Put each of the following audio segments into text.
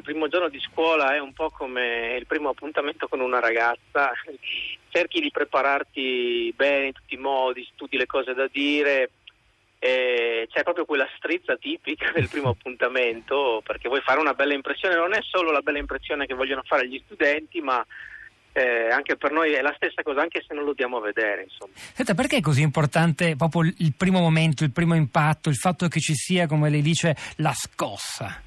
primo giorno di scuola è un po' come il primo appuntamento con una ragazza, cerchi di prepararti bene in tutti i modi, studi le cose da dire, c'è proprio quella strizza tipica del primo appuntamento, perché vuoi fare una bella impressione, non è solo la bella impressione che vogliono fare gli studenti, ma anche per noi è la stessa cosa, anche se non lo diamo a vedere, insomma. Senta, perché è così importante proprio il primo momento, il primo impatto, il fatto che ci sia, come lei dice, la scossa?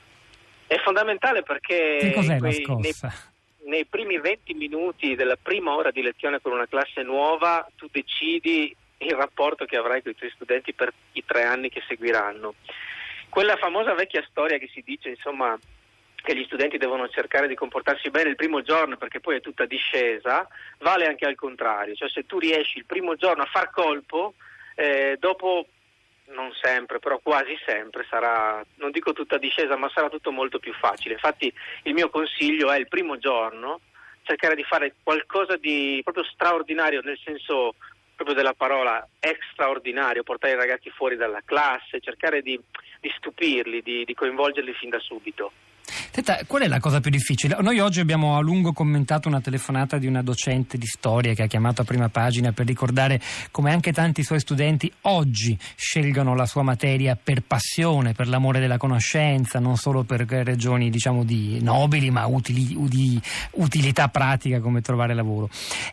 È fondamentale perché Che cos'è la scossa? Nei primi 20 minuti della prima ora di lezione con una classe nuova tu decidi il rapporto che avrai con i tuoi studenti per i 3 anni che seguiranno. Quella famosa vecchia storia che si dice, insomma, che gli studenti devono cercare di comportarsi bene il primo giorno perché poi è tutta discesa, vale anche al contrario. Cioè, se tu riesci il primo giorno a far colpo, dopo, non sempre, però quasi sempre sarà, non dico tutta discesa, ma sarà tutto molto più facile. Infatti il mio consiglio è il primo giorno cercare di fare qualcosa di proprio straordinario, nel senso proprio della parola, straordinario, portare i ragazzi fuori dalla classe, cercare di stupirli, di coinvolgerli fin da subito. Senta, qual è la cosa più difficile? Noi oggi abbiamo a lungo commentato una telefonata di una docente di storia che ha chiamato a prima pagina per ricordare come anche tanti suoi studenti oggi scelgono la sua materia per passione, per l'amore della conoscenza, non solo per ragioni, diciamo, di nobili, ma di utilità pratica come trovare lavoro.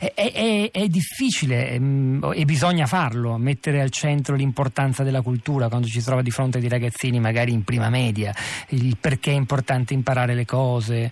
È difficile e bisogna farlo, mettere al centro l'importanza della cultura quando ci si trova di fronte a dei ragazzini magari in prima media, il perché è importante imparare le cose.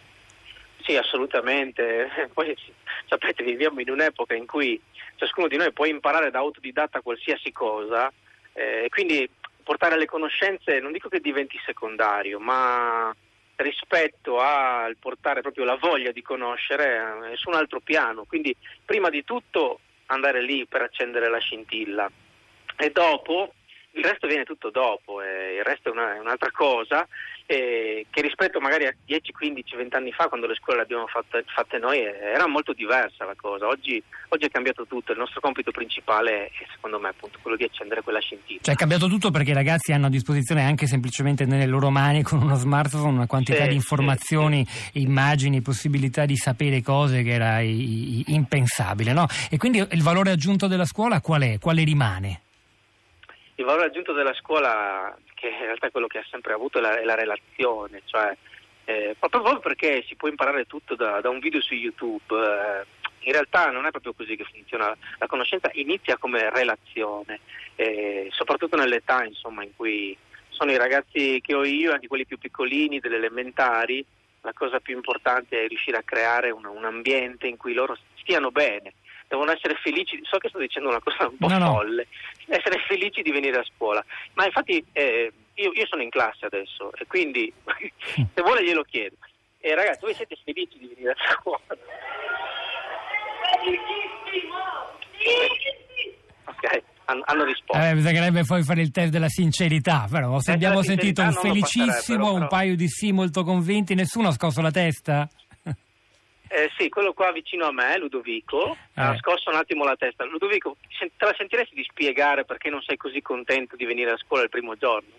Sì, assolutamente. Poi sapete, viviamo in un'epoca in cui ciascuno di noi può imparare da autodidatta qualsiasi cosa, quindi portare le conoscenze non dico che diventi secondario, ma rispetto al portare proprio la voglia di conoscere è su un altro piano. Quindi prima di tutto andare lì per accendere la scintilla e dopo il resto viene tutto dopo, il resto è un'altra cosa, che rispetto magari a 10, 15, 20 anni fa, quando le scuole le abbiamo fatte noi, era molto diversa la cosa. Oggi è cambiato tutto, il nostro compito principale è, secondo me, appunto quello di accendere quella scintilla. Cioè è cambiato tutto perché i ragazzi hanno a disposizione anche semplicemente nelle loro mani, con uno smartphone, una quantità di informazioni, immagini, possibilità di sapere cose che era impensabile, no? E quindi il valore aggiunto della scuola qual è? Quale rimane? Il valore aggiunto della scuola, che in realtà è quello che ha sempre avuto, è la relazione, cioè proprio perché si può imparare tutto da un video su YouTube. In realtà non è proprio così che funziona. La conoscenza inizia come relazione, soprattutto nell'età, insomma, in cui sono i ragazzi che ho io, anche quelli più piccolini, delle elementari. La cosa più importante è riuscire a creare un ambiente in cui loro stiano bene. Devono essere felici, so che sto dicendo una cosa un po' folle, essere felici di venire a scuola. Ma infatti io sono in classe adesso e quindi se vuole glielo chiedo. Ragazzi, voi siete felici di venire a scuola? Ok, hanno risposto. Bisognerebbe poi fare il test della sincerità, però se abbiamo sentito un felicissimo, un paio di sì molto convinti, nessuno ha scosso la testa? Sì, quello qua vicino a me, Ludovico, ha scosso un attimo la testa. Ludovico, te la sentiresti di spiegare perché non sei così contento di venire a scuola il primo giorno?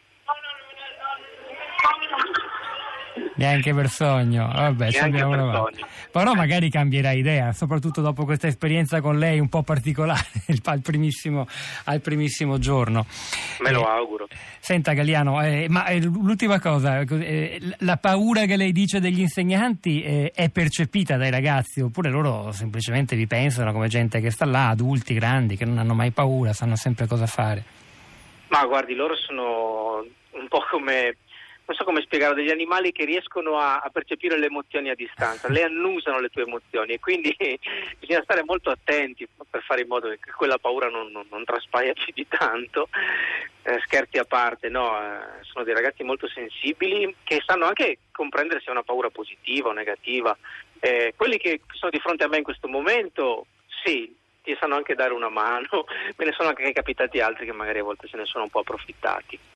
Neanche per sogno. Vabbè, però magari cambierà idea, soprattutto dopo questa esperienza con lei un po' particolare al primissimo giorno. Me lo auguro. Senta Galliano, ma l'ultima cosa, la paura che lei dice degli insegnanti è percepita dai ragazzi oppure loro semplicemente vi pensano come gente che sta là, adulti, grandi, che non hanno mai paura, sanno sempre cosa fare? Ma guardi, loro sono un po' come, non so come spiegare, degli animali che riescono a percepire le emozioni a distanza, le annusano le tue emozioni e quindi bisogna stare molto attenti per fare in modo che quella paura non traspaia più di tanto. Scherzi a parte, no, sono dei ragazzi molto sensibili che sanno anche comprendere se è una paura positiva o negativa. Quelli che sono di fronte a me in questo momento, sì, ti sanno anche dare una mano, me ne sono anche capitati altri che magari a volte se ne sono un po' approfittati.